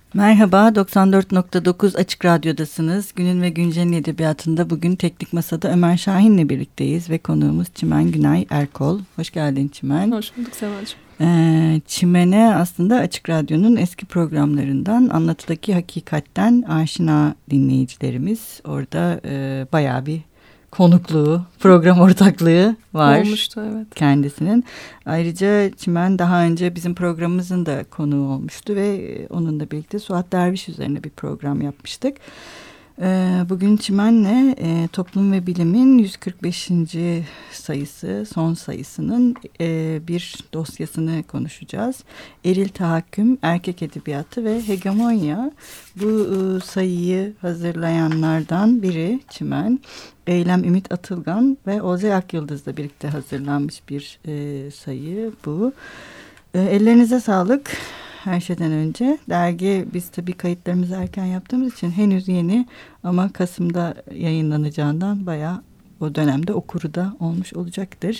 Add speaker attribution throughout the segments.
Speaker 1: Merhaba, 94.9 Açık Radyo'dasınız. Günün ve Güncel'in edebiyatında bugün Teknik Masa'da Ömer Şahin'le birlikteyiz ve konuğumuz Çimen Günay Erkol. Hoş geldin Çimen.
Speaker 2: Hoş bulduk Seval'cığım.
Speaker 1: Çimen'e aslında Açık Radyo'nun eski programlarından Anlatıdaki Hakikatten aşina dinleyicilerimiz. Orada bayağı bir konukluğu, program ortaklığı var.
Speaker 2: Olmuştu, evet.
Speaker 1: Kendisinin. Ayrıca Çimen daha önce bizim programımızın da konuğu olmuştu ve onunla birlikte Suat Derviş üzerine bir program yapmıştık. Bugün Çimen'le Toplum ve Bilim'in 145. sayısı, son sayısının bir dosyasını konuşacağız. Eril Tahakküm, Erkek Edebiyatı ve Hegemonya. Bu sayıyı hazırlayanlardan biri Çimen. Eylem Ümit Atılgan ve Olcay Akyıldız'la birlikte hazırlanmış bir sayı bu. Ellerinize sağlık. Her şeyden önce dergi, biz tabii kayıtlarımızı erken yaptığımız için henüz yeni ama Kasım'da yayınlanacağından bayağı o dönemde okuru da olmuş olacaktır.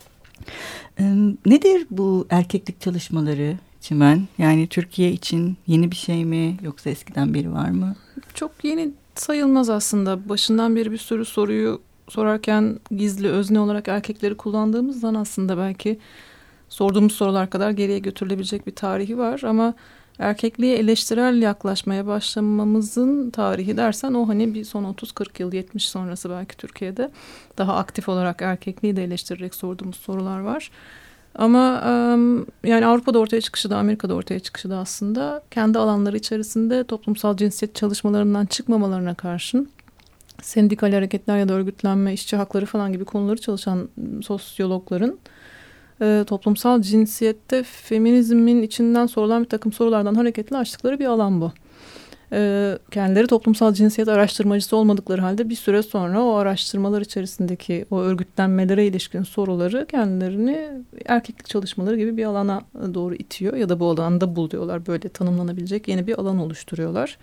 Speaker 1: Nedir bu erkeklik çalışmaları Çimen? Yani Türkiye için yeni bir şey mi yoksa eskiden beri var mı?
Speaker 2: Çok yeni sayılmaz aslında. Başından beri bir sürü soruyu sorarken gizli özne olarak erkekleri kullandığımızdan aslında belki sorduğumuz sorular kadar geriye götürülebilecek bir tarihi var. Ama erkekliğe eleştirel yaklaşmaya başlamamızın tarihi dersen o hani bir son 30-40 yıl, 70 sonrası belki Türkiye'de daha aktif olarak erkekliği de eleştirerek sorduğumuz sorular var. Ama yani Avrupa'da ortaya çıkışı da Amerika'da ortaya çıkışı da aslında kendi alanları içerisinde toplumsal cinsiyet çalışmalarından çıkmamalarına karşın sendikal hareketler ya da örgütlenme, işçi hakları falan gibi konuları çalışan sosyologların toplumsal cinsiyette feminizmin içinden sorulan bir takım sorulardan hareketle açtıkları bir alan bu. Kendileri toplumsal cinsiyet araştırmacısı olmadıkları halde bir süre sonra o araştırmalar içerisindeki o örgütlenmelere ilişkin soruları kendilerini erkeklik çalışmaları gibi bir alana doğru itiyor ya da bu alanda buluyorlar. Böyle tanımlanabilecek yeni bir alan oluşturuyorlar.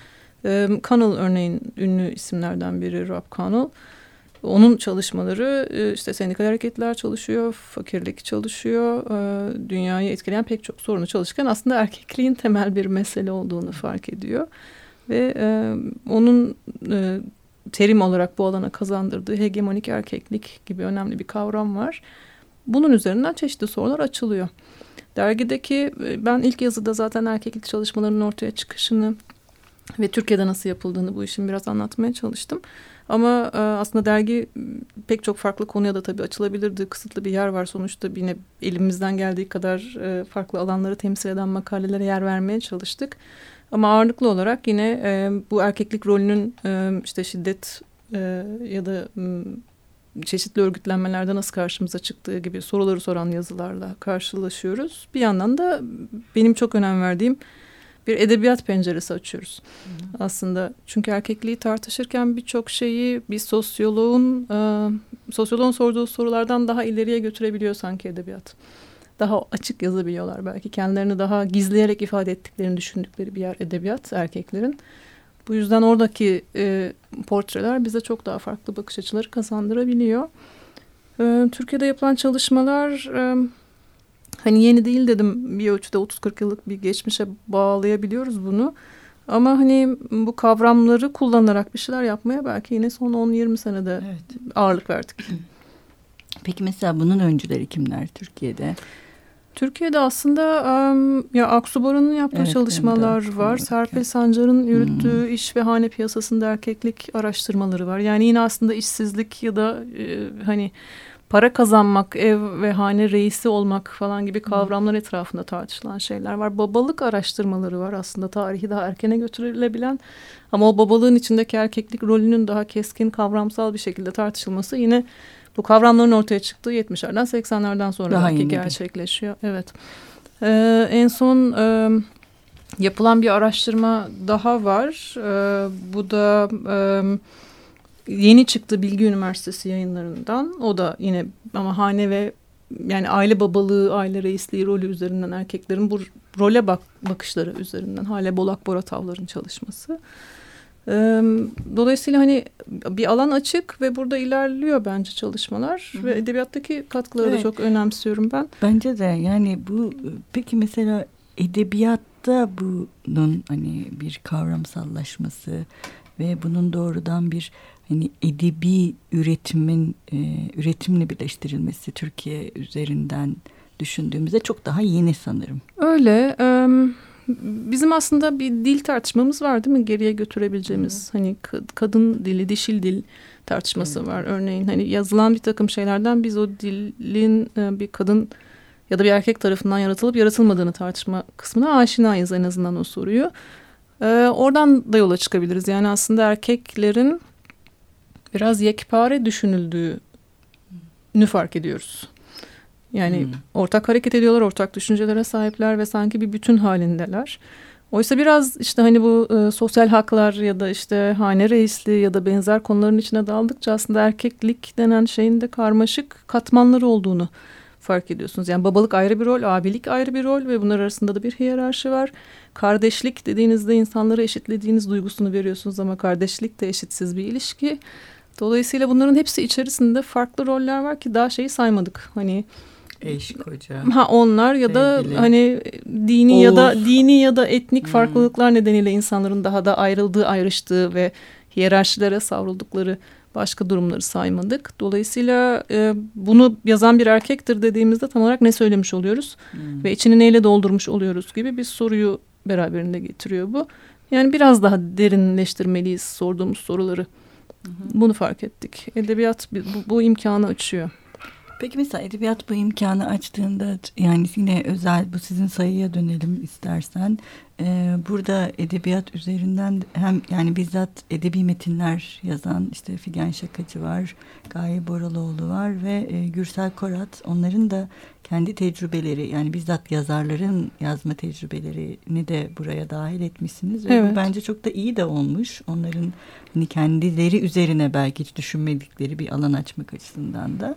Speaker 2: Connell örneğin ünlü isimlerden biri, Rob Connell. Onun çalışmaları işte sendikal hareketler çalışıyor, fakirlik çalışıyor, dünyayı etkileyen pek çok sorunu çalışırken aslında erkekliğin temel bir mesele olduğunu fark ediyor. Ve onun terim olarak bu alana kazandırdığı hegemonik erkeklik gibi önemli bir kavram var. Bunun üzerinden çeşitli sorular açılıyor. Dergideki ben ilk yazıda zaten erkeklik çalışmalarının ortaya çıkışını ve Türkiye'de nasıl yapıldığını bu işin biraz anlatmaya çalıştım. Ama aslında dergi pek çok farklı konuya da tabii açılabilirdi. Kısıtlı bir yer var sonuçta, yine elimizden geldiği kadar farklı alanları temsil eden makalelere yer vermeye çalıştık. Ama ağırlıklı olarak yine bu erkeklik rolünün işte şiddet ya da çeşitli örgütlenmelerde nasıl karşımıza çıktığı gibi soruları soran yazılarla karşılaşıyoruz. Bir yandan da benim çok önem verdiğim bir edebiyat penceresi açıyoruz aslında. Çünkü erkekliği tartışırken birçok şeyi bir sosyoloğun sorduğu sorulardan daha ileriye götürebiliyor sanki edebiyat. Daha açık yazabiliyorlar belki. Kendilerini daha gizleyerek ifade ettiklerini düşündükleri bir yer edebiyat erkeklerin. Bu yüzden oradaki portreler bize çok daha farklı bakış açıları kazandırabiliyor. Türkiye'de yapılan çalışmalar hani yeni değil dedim, bir ölçüde 30-40 yıllık bir geçmişe bağlayabiliyoruz bunu. Ama hani bu kavramları kullanarak bir şeyler yapmaya belki yine son 10-20 senede ağırlık verdik.
Speaker 1: Peki mesela bunun öncüleri kimler Türkiye'de?
Speaker 2: Türkiye'de aslında ya Aksu Boran'ın yaptığı çalışmalar var. Serpil Sancar'ın yürüttüğü iş ve hane piyasasında erkeklik araştırmaları var. Yani yine aslında işsizlik ya da hani para kazanmak, ev ve hane reisi olmak falan gibi kavramlar etrafında tartışılan şeyler var. Babalık araştırmaları var aslında, tarihi daha erkene götürülebilen. Ama o babalığın içindeki erkeklik rolünün daha keskin, kavramsal bir şekilde tartışılması yine bu kavramların ortaya çıktığı 70'lerden 80'lerden sonra daha belki gerçekleşiyor. Evet. En son yapılan bir araştırma daha var. Bu da yeni çıktı Bilgi Üniversitesi yayınlarından. O da yine ama hane ve yani aile babalığı, aile reisliği rolü üzerinden erkeklerin bu role bakışları üzerinden Hale Bolak Boratavlar'ın çalışması. Dolayısıyla hani bir alan açık ve burada ilerliyor bence çalışmalar. Hı-hı. Ve edebiyattaki katkıları da çok önemsiyorum ben.
Speaker 1: Bence de yani bu peki mesela edebiyat edebiyatta bunun hani bir kavramsallaşması ve bunun doğrudan bir hani edebi üretimle birleştirilmesi Türkiye üzerinden düşündüğümüzde çok daha yeni sanırım.
Speaker 2: Öyle. Bizim aslında bir dil tartışmamız var değil mi? Geriye götürebileceğimiz hani kadın dili, dişil dil tartışması var. Örneğin hani yazılan bir takım şeylerden biz o dilin bir kadın ya da bir erkek tarafından yaratılıp yaratılmadığını tartışma kısmına aşinayız en azından o soruyu. Oradan da yola çıkabiliriz. Yani aslında erkeklerin biraz yekpare düşünüldüğünü fark ediyoruz. Yani ortak hareket ediyorlar, ortak düşüncelere sahipler ve sanki bir bütün halindeler. Oysa biraz işte hani bu sosyal haklar ya da işte hane reisliği ya da benzer konuların içine daldıkça aslında erkeklik denen şeyin de karmaşık katmanları olduğunu fark ediyorsunuz. Yani babalık ayrı bir rol, abilik ayrı bir rol ve bunlar arasında da bir hiyerarşi var. Kardeşlik dediğinizde insanları eşitlediğiniz duygusunu veriyorsunuz ama kardeşlik de eşitsiz bir ilişki. Dolayısıyla bunların hepsi içerisinde farklı roller var ki daha şeyi saymadık. Hani
Speaker 1: eş, koca.
Speaker 2: Onlar ya da sevgili, hani dini ya da etnik farklılıklar nedeniyle insanların daha da ayrıldığı, ayrıştığı ve hiyerarşilere savruldukları başka durumları saymadık. Dolayısıyla bunu yazan bir erkektir dediğimizde tam olarak ne söylemiş oluyoruz ve içini neyle doldurmuş oluyoruz gibi bir soruyu beraberinde getiriyor bu. Yani biraz daha derinleştirmeliyiz sorduğumuz soruları. Bunu fark ettik. Edebiyat bu imkanı açıyor.
Speaker 1: Peki mesela edebiyat bu imkanı açtığında yani yine özel bu sizin sayıya dönelim istersen. Burada edebiyat üzerinden hem yani bizzat edebi metinler yazan işte Figen Şakacı var, Gaye Boraloğlu var ve Gürsel Korat. Onların da kendi tecrübeleri yani bizzat yazarların yazma tecrübelerini de buraya dahil etmişsiniz. Ve bu bence çok da iyi de olmuş. Onların hani kendileri üzerine belki hiç düşünmedikleri bir alan açmak açısından da.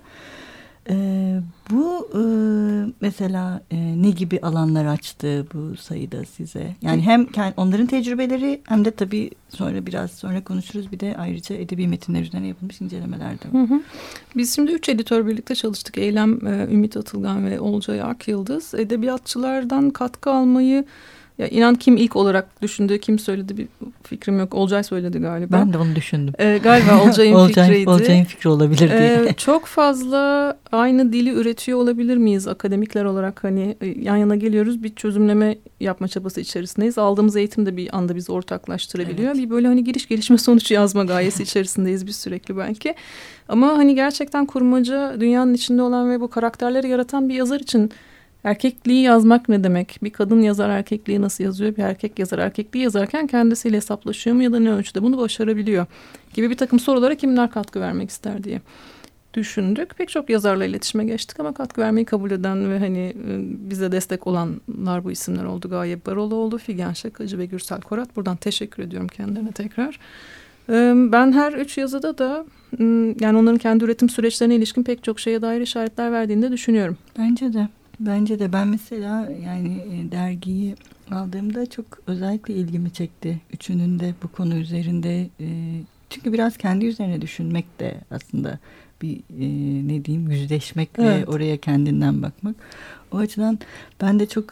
Speaker 1: Bu mesela ne gibi alanlar açtı bu sayıda size? Yani hem onların tecrübeleri hem de tabii biraz sonra konuşuruz. Bir de ayrıca edebi metinler üzerine yapılmış incelemeler de var.
Speaker 2: Biz şimdi 3 editör birlikte çalıştık. Eylem, Ümit Atılgan ve Olcay Akyıldız. Edebiyatçılardan katkı almayı ya inan kim ilk olarak düşündü, kim söyledi bir fikrim yok. Olcay söyledi galiba.
Speaker 1: Ben de onu düşündüm.
Speaker 2: Galiba Olcay'ın fikriydi.
Speaker 1: Olcay'ın fikri olabilir diye.
Speaker 2: Çok fazla aynı dili üretiyor olabilir miyiz akademikler olarak? Hani yan yana geliyoruz, bir çözümleme yapma çabası içerisindeyiz. Aldığımız eğitim de bir anda bizi ortaklaştırabiliyor. Evet. Bir böyle hani giriş gelişme sonuç yazma gayesi içerisindeyiz biz sürekli belki. Ama hani gerçekten kurmaca dünyanın içinde olan ve bu karakterleri yaratan bir yazar için erkekliği yazmak ne demek? Bir kadın yazar erkekliği nasıl yazıyor? Bir erkek yazar erkekliği yazarken kendisiyle hesaplaşıyor mu ya da ne ölçüde bunu başarabiliyor? Gibi bir takım sorulara kimler katkı vermek ister diye düşündük. Pek çok yazarla iletişime geçtik ama katkı vermeyi kabul eden ve hani bize destek olanlar bu isimler oldu. Gaye Boraloğlu, Figen Şakacı ve Gürsel Korat. Buradan teşekkür ediyorum kendilerine tekrar. Ben her 3 yazıda da yani onların kendi üretim süreçlerine ilişkin pek çok şeye dair işaretler verdiğini de düşünüyorum.
Speaker 1: Bence de ben mesela yani dergiyi aldığımda çok özellikle ilgimi çekti. Üçünün de bu konu üzerinde çünkü biraz kendi üzerine düşünmek de aslında bir ne diyeyim yüzleşmek ve oraya kendinden bakmak. O açıdan ben de çok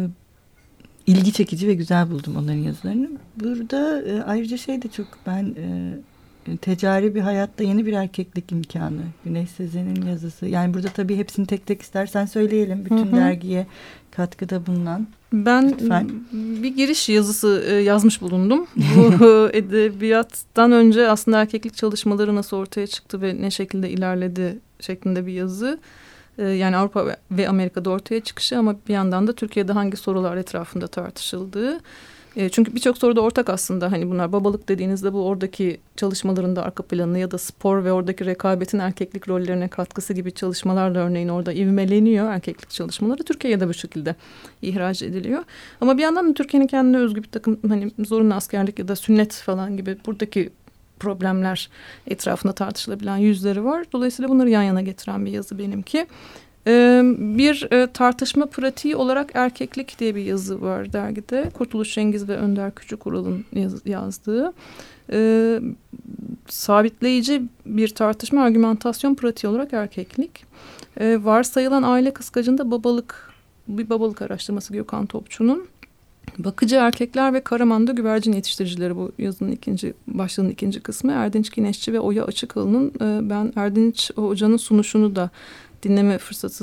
Speaker 1: ilgi çekici ve güzel buldum onların yazılarını. Burada ayrıca şey de çok ben ticari bir hayatta yeni bir erkeklik imkanı. Güneş Sezen'in yazısı. Yani burada tabii hepsini tek tek istersen söyleyelim. Bütün dergiye katkıda bulunan.
Speaker 2: Ben lütfen bir giriş yazısı yazmış bulundum. Bu edebiyattan önce aslında erkeklik çalışmaları nasıl ortaya çıktı ve ne şekilde ilerledi şeklinde bir yazı. Yani Avrupa ve Amerika'da ortaya çıkışı ama bir yandan da Türkiye'de hangi sorular etrafında tartışıldığı. Çünkü birçok soruda ortak aslında hani bunlar babalık dediğinizde bu oradaki çalışmaların da arka planı ya da spor ve oradaki rekabetin erkeklik rollerine katkısı gibi çalışmalarla örneğin orada ivmeleniyor erkeklik çalışmaları. Türkiye'ye de bu şekilde ihraç ediliyor. Ama bir yandan da Türkiye'nin kendine özgü bir takım hani zorunlu askerlik ya da sünnet falan gibi buradaki problemler etrafında tartışılabilen yüzleri var. Dolayısıyla bunları yan yana getiren bir yazı benimki. Bir tartışma pratiği olarak erkeklik diye bir yazı var dergide. Kurtuluş Cengiz ve Önder Küçükural'ın yazdığı. Sabitleyici bir tartışma argümantasyon pratiği olarak erkeklik. Varsayılan aile kıskacında bir babalık araştırması Gökhan Topçu'nun. Bakıcı erkekler ve Karaman'da güvercin yetiştiricileri, bu yazının başlığının ikinci kısmı. Erdinç Güneşçi ve Oya Açıkalı'nın ben Erdinç Hoca'nın sunuşunu da dinleme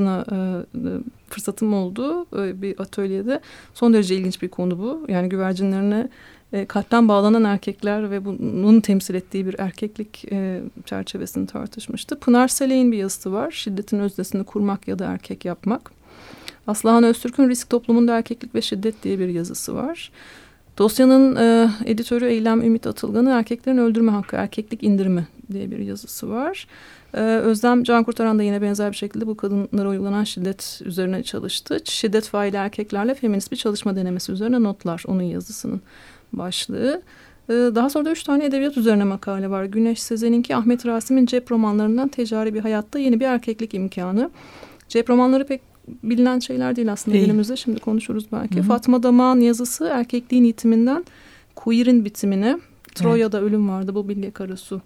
Speaker 2: fırsatım oldu bir atölyede. Son derece ilginç bir konu bu. Yani güvercinlerine kalpten bağlanan erkekler ve bunun temsil ettiği bir erkeklik çerçevesini tartışmıştı. Pınar Selek'in bir yazısı var. Şiddetin öznesini kurmak ya da erkek yapmak. Aslıhan Öztürk'ün Risk Toplumunda Erkeklik ve Şiddet diye bir yazısı var. Dosyanın editörü Eylem Ümit Atılgan'ın Erkeklerin Öldürme Hakkı, Erkeklik İndirimi diye bir yazısı var. Özlem Cankurtaran da yine benzer bir şekilde bu kadınlara uygulanan şiddet üzerine çalıştı. Şiddet faili erkeklerle feminist bir çalışma denemesi üzerine notlar, onun yazısının başlığı. Daha sonra da 3 tane edebiyat üzerine makale var. Güneş Sezen'inki Ahmet Rasim'in cep romanlarından Tecari Bir Hayatta Yeni Bir Erkeklik İmkanı. Cep romanları pek bilinen şeyler değil aslında günümüzde. Şimdi konuşuruz belki. Hı-hı. Fatma Damak'ın yazısı Erkekliğin İtiminden Queer'in Bitimine. Troya'da Ölüm Vardı, bu Bilge Karasu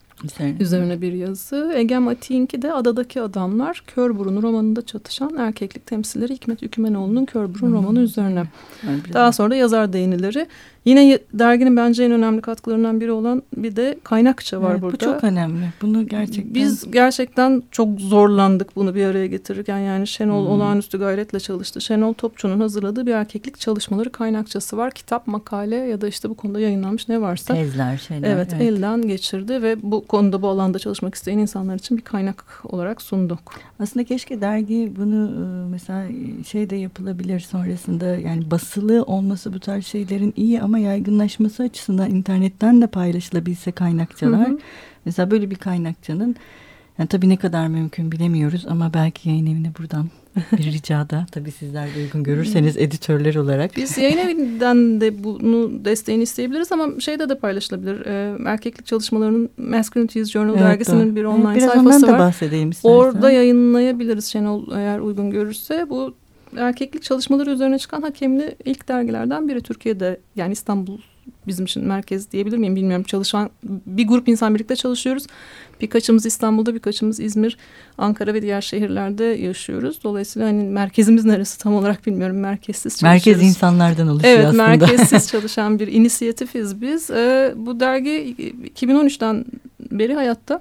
Speaker 2: üzerine bir yazı. Egem Ati'ninki de Adadaki Adamlar, Körburun romanında çatışan erkeklik temsilleri Hikmet Ükümenoğlu'nun Körburun romanı üzerine. Daha sonra da yazar değinileri. Yine derginin bence en önemli katkılarından biri olan bir de kaynakça var burada.
Speaker 1: Bu çok önemli. Bunu gerçekten...
Speaker 2: Biz gerçekten çok zorlandık bunu bir araya getirirken. Yani Şenol olağanüstü gayretle çalıştı. Şenol Topçu'nun hazırladığı bir erkeklik çalışmaları kaynakçası var. Kitap, makale ya da işte bu konuda yayınlanmış ne varsa.
Speaker 1: Tezler, şeyler.
Speaker 2: Evet, elden geçirdi ve bu konuda, bu alanda çalışmak isteyen insanlar için bir kaynak olarak sunduk.
Speaker 1: Aslında keşke dergi bunu mesela şey de yapılabilir sonrasında, yani basılı olması bu tarz şeylerin iyi ama yaygınlaşması açısından internetten de paylaşılabilse kaynakçalar. Hı hı. Mesela böyle bir kaynakçanın, yani tabii ne kadar mümkün bilemiyoruz ama belki yayın evine buradan bir ricada, tabii sizler de uygun görürseniz editörler olarak.
Speaker 2: Biz yayın evinden de bunu desteğini isteyebiliriz ama şeyde de paylaşılabilir. Erkeklik çalışmalarının Masculinities Journal dergisinin bir online
Speaker 1: biraz
Speaker 2: sayfası var.
Speaker 1: Biraz ondan da bahsedeyim istersen.
Speaker 2: Orada yayınlayabiliriz Şenol eğer uygun görürse. Bu erkeklik çalışmaları üzerine çıkan hakemli ilk dergilerden biri Türkiye'de. Yani İstanbul bizim için merkez diyebilir miyim bilmiyorum. Çalışan bir grup insan birlikte çalışıyoruz. Birkaçımız İstanbul'da, birkaçımız İzmir, Ankara ve diğer şehirlerde yaşıyoruz. Dolayısıyla hani merkezimiz neresi tam olarak bilmiyorum. Merkezsiz çalışıyoruz.
Speaker 1: Merkez insanlardan oluşuyor aslında.
Speaker 2: Evet, merkezsiz çalışan bir inisiyatifiz biz. Bu dergi 2013'ten beri hayatta.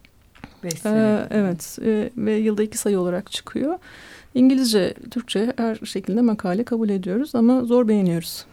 Speaker 2: Evet ve yılda 2 sayı olarak çıkıyor. İngilizce, Türkçe her şekilde makale kabul ediyoruz ama zor beğeniyoruz.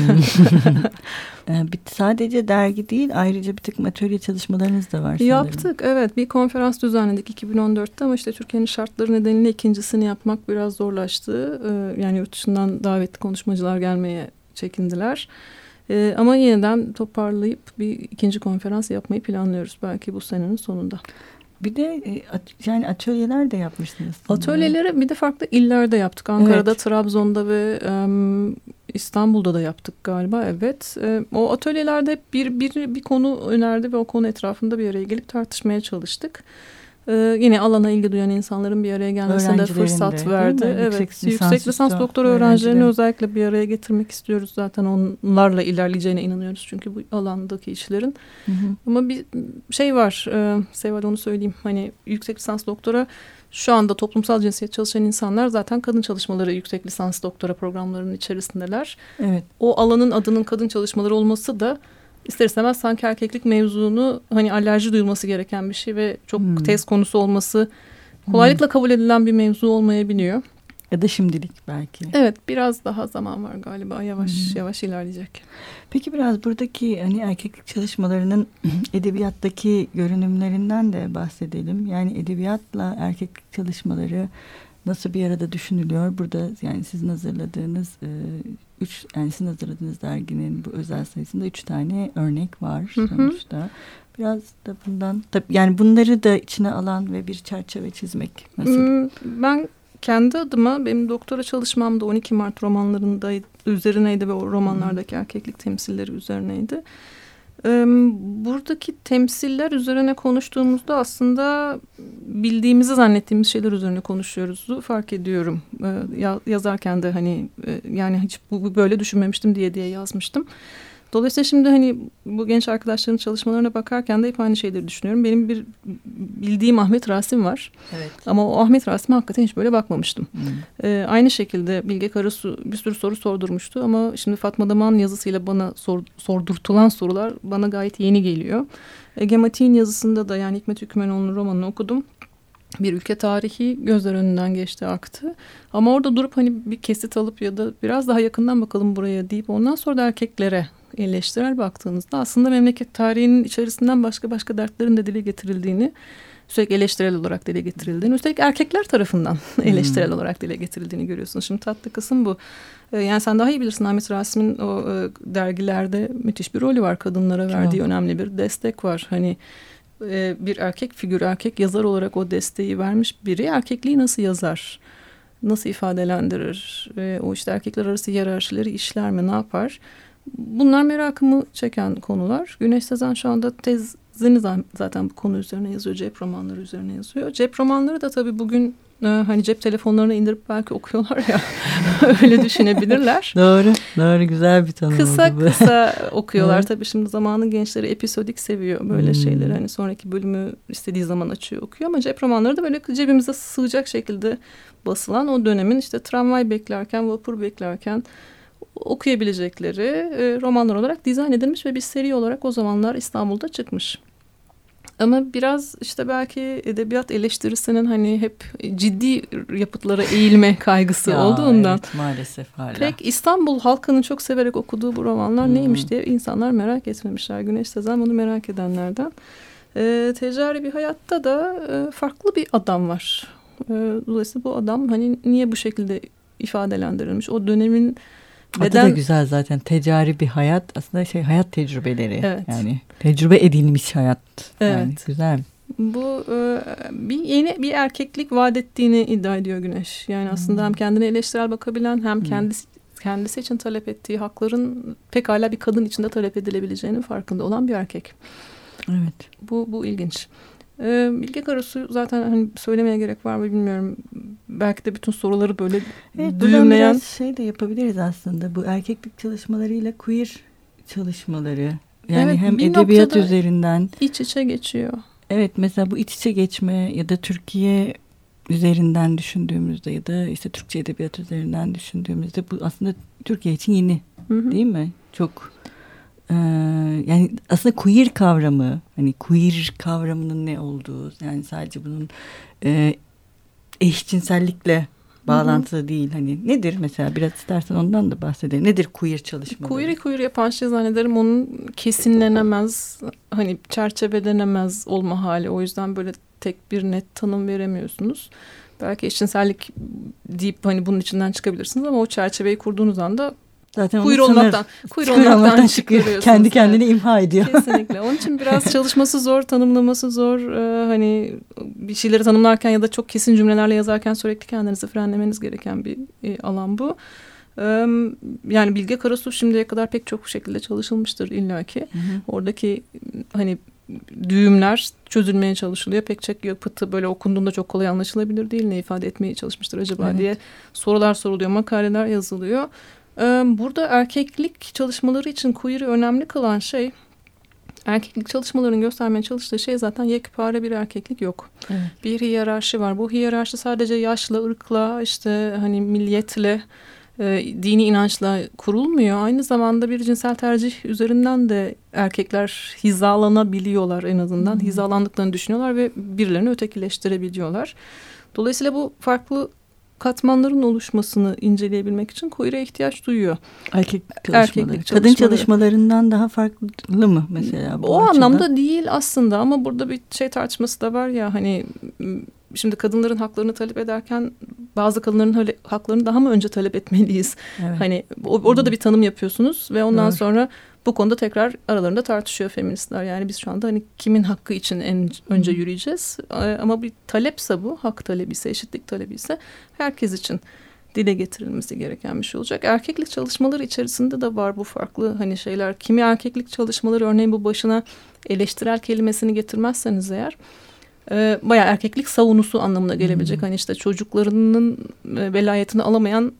Speaker 1: Sadece dergi değil, ayrıca bir takım atölye çalışmalarınız da var sanırım.
Speaker 2: Yaptık, evet. Bir konferans düzenledik 2014'te ama işte Türkiye'nin şartları nedeniyle ikincisini yapmak biraz zorlaştı. Yani yurt dışından davetli konuşmacılar gelmeye çekindiler. Ama yeniden toparlayıp bir ikinci konferans yapmayı planlıyoruz belki bu senenin sonunda. Bir
Speaker 1: de yani atölyeler de yapmışsınız.
Speaker 2: Atölyeleri bir de farklı illerde yaptık. Ankara'da, evet. Trabzon'da ve İstanbul'da da yaptık galiba. Evet. O atölyelerde bir konu önerdi ve o konu etrafında bir araya gelip tartışmaya çalıştık. Yine alana ilgi duyan insanların bir araya gelmesine de fırsat verdi. Evet. Yüksek lisans doktora öğrencilerini özellikle bir araya getirmek istiyoruz. Zaten onlarla ilerleyeceğine inanıyoruz. Çünkü bu alandaki işlerin. Hı hı. Ama bir şey var. Seval, onu söyleyeyim. Hani yüksek lisans doktora şu anda toplumsal cinsiyet çalışan insanlar zaten kadın çalışmaları yüksek lisans doktora programlarının içerisindeler. Evet. O alanın adının kadın çalışmaları olması da İster istemez sanki erkeklik mevzunu hani alerji duyulması gereken bir şey ve çok tez konusu olması kolaylıkla kabul edilen bir mevzu olmayabiliyor.
Speaker 1: Ya da şimdilik belki.
Speaker 2: Evet, biraz daha zaman var galiba, yavaş ilerleyecek.
Speaker 1: Peki biraz buradaki hani erkeklik çalışmalarının edebiyattaki görünümlerinden de bahsedelim. Yani edebiyatla erkeklik çalışmaları nasıl bir arada düşünülüyor? Burada yani sizin hazırladığınız sizin hazırladığınız derginin bu özel sayısında 3 tane örnek var sonuçta. Biraz da bundan yani bunları da içine alan ve bir çerçeve çizmek nasıl?
Speaker 2: Ben kendi adıma benim doktora çalışmamda 12 Mart romanlarında üzerineydi ve o romanlardaki erkeklik temsilleri üzerineydi. Buradaki temsiller üzerine konuştuğumuzda aslında bildiğimizi zannettiğimiz şeyler üzerine konuşuyoruz. Fark ediyorum. Yazarken de hani yani hiç bu böyle düşünmemiştim diye yazmıştım. Dolayısıyla şimdi hani bu genç arkadaşların çalışmalarına bakarken de hep aynı şeyleri düşünüyorum. Benim bir bildiğim Ahmet Rasim var.
Speaker 1: Evet.
Speaker 2: Ama o Ahmet Rasim'e hakikaten hiç böyle bakmamıştım. Aynı şekilde Bilge Karasu bir sürü soru sordurmuştu ama şimdi Fatma Daman yazısıyla bana sordurtulan sorular bana gayet yeni geliyor. Ege Matik'in yazısında da, yani Hikmet Hükümenoğlu'nun romanını okudum. Bir ülke tarihi gözler önünden geçti, aktı. Ama orada durup hani bir kesit alıp ya da biraz daha yakından bakalım buraya deyip ondan sonra da erkeklere eleştirel baktığınızda aslında memleket tarihinin içerisinden başka dertlerin de dile getirildiğini, sürekli eleştirel olarak dile getirildiğini, üstelik erkekler tarafından eleştirel olarak dile getirildiğini görüyorsunuz. Şimdi tatlı kısım bu. Yani sen daha iyi bilirsin, Ahmet Rasim'in o dergilerde müthiş bir rolü var. Kadınlara verdiği önemli bir destek var. Hani bir erkek figür, erkek yazar olarak o desteği vermiş biri erkekliği nasıl yazar? Nasıl ifadelendirir? O işte erkekler arası hiyerarşileri işler mi? Ne yapar? Bunlar merakımı çeken konular. Güneş Sezen şu anda tezini zaten bu konu üzerine yazıyor. Cep romanları üzerine yazıyor. Cep romanları da tabii bugün hani cep telefonlarına indirip belki okuyorlar ya. Öyle düşünebilirler.
Speaker 1: Doğru, güzel bir tanım oldu bu.
Speaker 2: Kısa okuyorlar. Evet. Tabii şimdi zamanın gençleri episodik seviyor böyle şeyleri. Hani sonraki bölümü istediği zaman açıyor, okuyor. Ama cep romanları da böyle cebimize sığacak şekilde basılan, o dönemin işte tramvay beklerken, vapur beklerken okuyabilecekleri romanlar olarak dizayn edilmiş ve bir seri olarak o zamanlar İstanbul'da çıkmış. Ama biraz işte belki edebiyat eleştirisinin hani hep ciddi yapıtlara eğilme kaygısı olduğundan.
Speaker 1: Evet, maalesef hala.
Speaker 2: Pek İstanbul halkının çok severek okuduğu bu romanlar neymiş diye insanlar merak etmemişler. Güneş Sezen bunu merak edenlerden. Ticari bir hayatta da farklı bir adam var. Dolayısıyla bu adam hani niye bu şekilde ifadelendirilmiş? O dönemin
Speaker 1: adı da güzel zaten. Ticari bir hayat, aslında hayat tecrübeleri.
Speaker 2: Evet.
Speaker 1: Yani tecrübe edilmiş hayat.
Speaker 2: Evet.
Speaker 1: Yani güzel.
Speaker 2: Bu yeni bir erkeklik vaat ettiğini iddia ediyor Güneş. Yani aslında hem kendine eleştirel bakabilen, hem kendisi için talep ettiği hakların pekala bir kadın içinde talep edilebileceğinin farkında olan bir erkek.
Speaker 1: Evet.
Speaker 2: Bu ilginç. Bilge Karasu zaten hani söylemeye gerek var mı bilmiyorum. Belki de bütün soruları böyle düğümleyen.
Speaker 1: Biraz şey de yapabiliriz aslında. Bu erkeklik çalışmalarıyla queer çalışmaları. Yani evet, hem edebiyat üzerinden.
Speaker 2: İç içe geçiyor.
Speaker 1: Evet, mesela bu iç içe geçme ya da Türkiye üzerinden düşündüğümüzde ya da işte Türkçe edebiyat üzerinden düşündüğümüzde bu aslında Türkiye için yeni. Değil mi? Çok yani aslında queer kavramı, hani queer kavramının ne olduğu, yani sadece bunun eşcinsellikle bağlantılı değil. Hani nedir mesela, biraz istersen ondan da bahsedelim. Nedir queer çalışmaları?
Speaker 2: Queer yapan şey zannederim onun kesinlenemez, hani çerçevelenemez olma hali. O yüzden böyle tek bir net tanım veremiyorsunuz. Belki eşcinsellik deyip hani bunun içinden çıkabilirsiniz ama o çerçeveyi kurduğunuz anda zaten queer olmaktan çıkıyor.
Speaker 1: Kendi kendine imha ediyor.
Speaker 2: Kesinlikle. Onun için biraz çalışması zor, tanımlaması zor. Hani bir şeyleri tanımlarken ya da çok kesin cümlelerle yazarken sürekli kendinizi frenlemeniz gereken bir alan bu. Yani Bilge Karasu şimdiye kadar pek çok şekilde çalışılmıştır illaki. Oradaki hani düğümler çözülmeye çalışılıyor. Pek çok yapıtı böyle okunduğunda çok kolay anlaşılabilir değil. Ne ifade etmeye çalışmıştır acaba diye sorular soruluyor, makaleler yazılıyor. Burada erkeklik çalışmaları için queer'i önemli kılan şey, erkeklik çalışmalarının göstermeye çalıştığı şey zaten yekpare bir erkeklik yok. Evet. Bir hiyerarşi var. Bu hiyerarşi sadece yaşla, ırkla, işte hani milliyetle, dini inançla kurulmuyor. Aynı zamanda bir cinsel tercih üzerinden de erkekler hizalanabiliyorlar en azından. Hizalandıklarını düşünüyorlar ve birilerini ötekileştirebiliyorlar. Dolayısıyla bu farklı katmanların oluşmasını inceleyebilmek için queer'e ihtiyaç duyuyor.
Speaker 1: Erkeklik çalışmaları. Kadın çalışmalarından daha farklı mı mesela?
Speaker 2: O anlamda değil aslında, ama burada bir şey tartışması da var ya, hani şimdi kadınların haklarını talep ederken bazı kadınların haklarını daha mı önce talep etmeliyiz? Evet. Hani orada da bir tanım yapıyorsunuz ve ondan sonra bu konuda tekrar aralarında tartışıyor feministler. Yani biz şu anda hani kimin hakkı için en önce yürüyeceğiz? Ama bir talepse, bu hak talebi ise, eşitlik talebi ise herkes için dile getirilmesi gereken bir şey olacak. Erkeklik çalışmaları içerisinde de var bu farklı hani şeyler. Kimi erkeklik çalışmaları, örneğin bu başına eleştirel kelimesini getirmezseniz eğer, bayağı erkeklik savunusu anlamına gelebilecek. Hani işte çocuklarının velayetini alamayan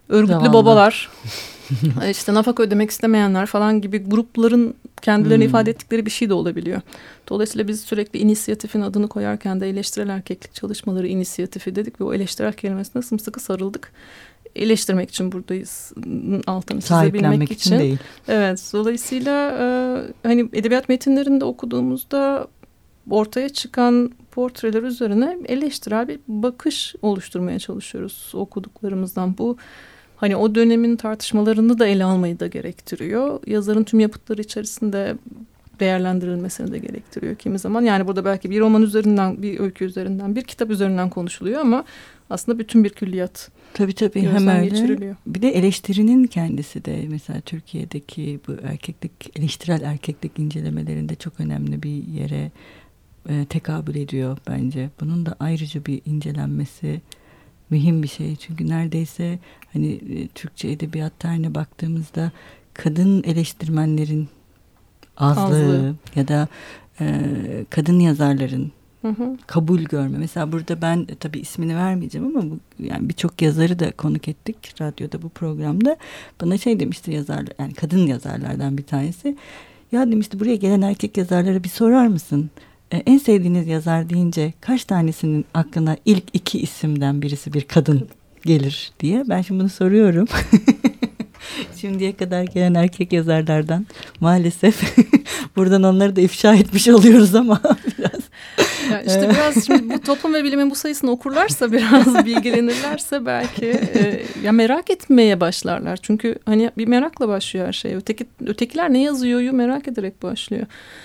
Speaker 2: örgütlü
Speaker 1: Zavallı.
Speaker 2: babalar, işte nafaka ödemek istemeyenler falan gibi grupların kendilerini ifade ettikleri bir şey de olabiliyor. Dolayısıyla biz sürekli inisiyatifin adını koyarken de eleştirel erkeklik çalışmaları inisiyatifi dedik ve o eleştirel kelimesine sımsıkı sarıldık. Eleştirmek için buradayız, altını çizebilmek için
Speaker 1: değil.
Speaker 2: Evet, dolayısıyla hani edebiyat metinlerinde okuduğumuzda ortaya çıkan portreler üzerine eleştirel bir bakış oluşturmaya çalışıyoruz okuduklarımızdan. Bu hani o dönemin tartışmalarını da ele almayı da gerektiriyor. Yazarın tüm yapıtları içerisinde değerlendirilmesini de gerektiriyor kimi zaman. Yani burada belki bir roman üzerinden, bir öykü üzerinden, bir kitap üzerinden konuşuluyor ama aslında bütün bir külliyat.
Speaker 1: Tabii hem öyle. Bir de eleştirinin kendisi de mesela Türkiye'deki bu eleştirel erkeklik incelemelerinde çok önemli bir yere tekabül ediyor bence. Bunun da ayrıca bir incelenmesi mühim bir şey. Çünkü neredeyse hani Türkçe edebiyat tarihine baktığımızda kadın eleştirmenlerin azlığı ya da kadın yazarların kabul görme. Mesela burada ben tabii ismini vermeyeceğim ama yani birçok yazarı da konuk ettik radyoda bu programda. Bana şey demişti yazarlar, yani kadın yazarlardan bir tanesi. Ya demişti, buraya gelen erkek yazarlara bir sorar mısın? En sevdiğiniz yazar deyince kaç tanesinin aklına ilk 2 isimden birisi bir kadın gelir diye. Ben şimdi bunu soruyorum. Şimdiye kadar gelen erkek yazarlardan maalesef buradan onları da ifşa etmiş oluyoruz ama biraz.
Speaker 2: Ya işte biraz şimdi bu toplum ve bilimin bu sayısını okurlarsa, biraz bilgilenirlerse belki ya merak etmeye başlarlar. Çünkü hani bir merakla başlıyor her şey. Ötekiler ne yazıyoryu merak ederek başlıyor.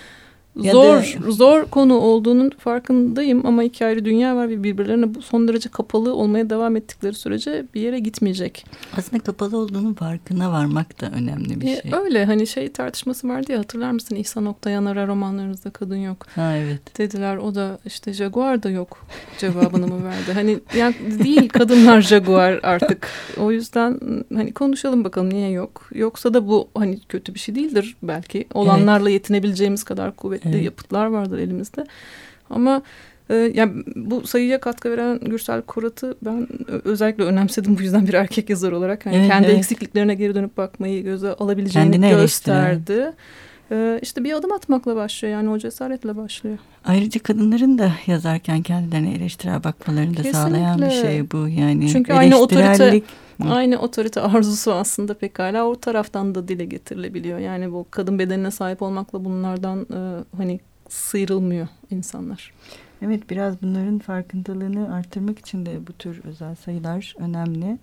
Speaker 2: Zor konu olduğunun farkındayım ama 2 ayrı dünya var ve birbirlerine bu son derece kapalı olmaya devam ettikleri sürece bir yere gitmeyecek.
Speaker 1: Aslında kapalı olduğunun farkına varmak da önemli bir şey.
Speaker 2: Öyle hani şey tartışması vardı ya, hatırlar mısın? İhsan Oktayanar'a romanlarınızda kadın yok.
Speaker 1: Ha, evet.
Speaker 2: Dediler, o da işte Jaguar da yok cevabını mı verdi? Hani yani değil, kadınlar Jaguar artık. O yüzden hani konuşalım bakalım niye yok. Yoksa da bu hani kötü bir şey değildir belki. Olanlarla yetinebileceğimiz kadar kuvvetli yapıtlar vardır elimizde. Ama yani bu sayıya katkı veren Gürsel Korat'ı ben özellikle önemsedim bu yüzden bir erkek yazar olarak. Yani kendi eksikliklerine geri dönüp bakmayı göze alabileceğini kendine gösterdi. İşte bir adım atmakla başlıyor, yani o cesaretle başlıyor.
Speaker 1: Ayrıca kadınların da yazarken kendilerine eleştirel bakmalarını da sağlayan bir şey bu. Yani
Speaker 2: çünkü aynı otorite arzusu aslında pekala o taraftan da dile getirilebiliyor. Yani bu kadın bedenine sahip olmakla bunlardan hani sıyrılmıyor insanlar.
Speaker 1: Evet, biraz bunların farkındalığını artırmak için de bu tür özel sayılar önemli.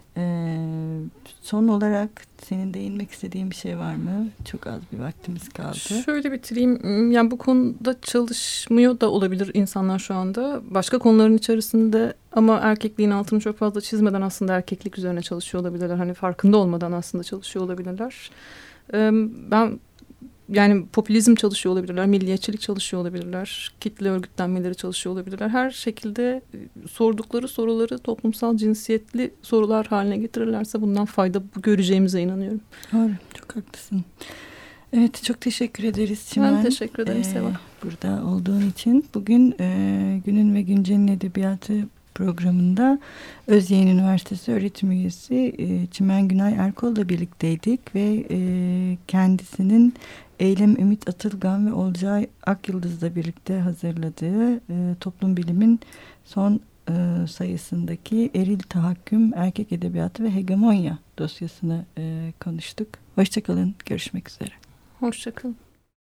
Speaker 1: Son olarak senin değinmek istediğin bir şey var mı? Çok az bir vaktimiz kaldı.
Speaker 2: Şöyle bitireyim. Yani bu konuda çalışmıyor da olabilir insanlar şu anda. Başka konuların içerisinde ama erkekliğin altını çok fazla çizmeden aslında erkeklik üzerine çalışıyor olabilirler. Hani farkında olmadan aslında çalışıyor olabilirler. Ben yani popülizm çalışıyor olabilirler, milliyetçilik çalışıyor olabilirler, kitle örgütlenmeleri çalışıyor olabilirler. Her şekilde sordukları soruları toplumsal cinsiyetli sorular haline getirirlerse bundan fayda göreceğimize inanıyorum.
Speaker 1: Doğru, çok haklısın. Evet, çok teşekkür ederiz Çimen.
Speaker 2: Ben teşekkür ederim Seva.
Speaker 1: Burada olduğun için. Bugün Günün ve Güncel'in Edebiyatı programında Özyeğin Üniversitesi öğretim üyesi Çimen Günay Erkol'la birlikteydik ve kendisinin Eylem Ümit Atılgan ve Olcay Akyıldız'la birlikte hazırladığı Toplum Bilim'in son sayısındaki Eril Tahakküm, Erkek Edebiyatı ve Hegemonya dosyasını konuştuk. Hoşçakalın, görüşmek üzere.
Speaker 2: Hoşçakalın.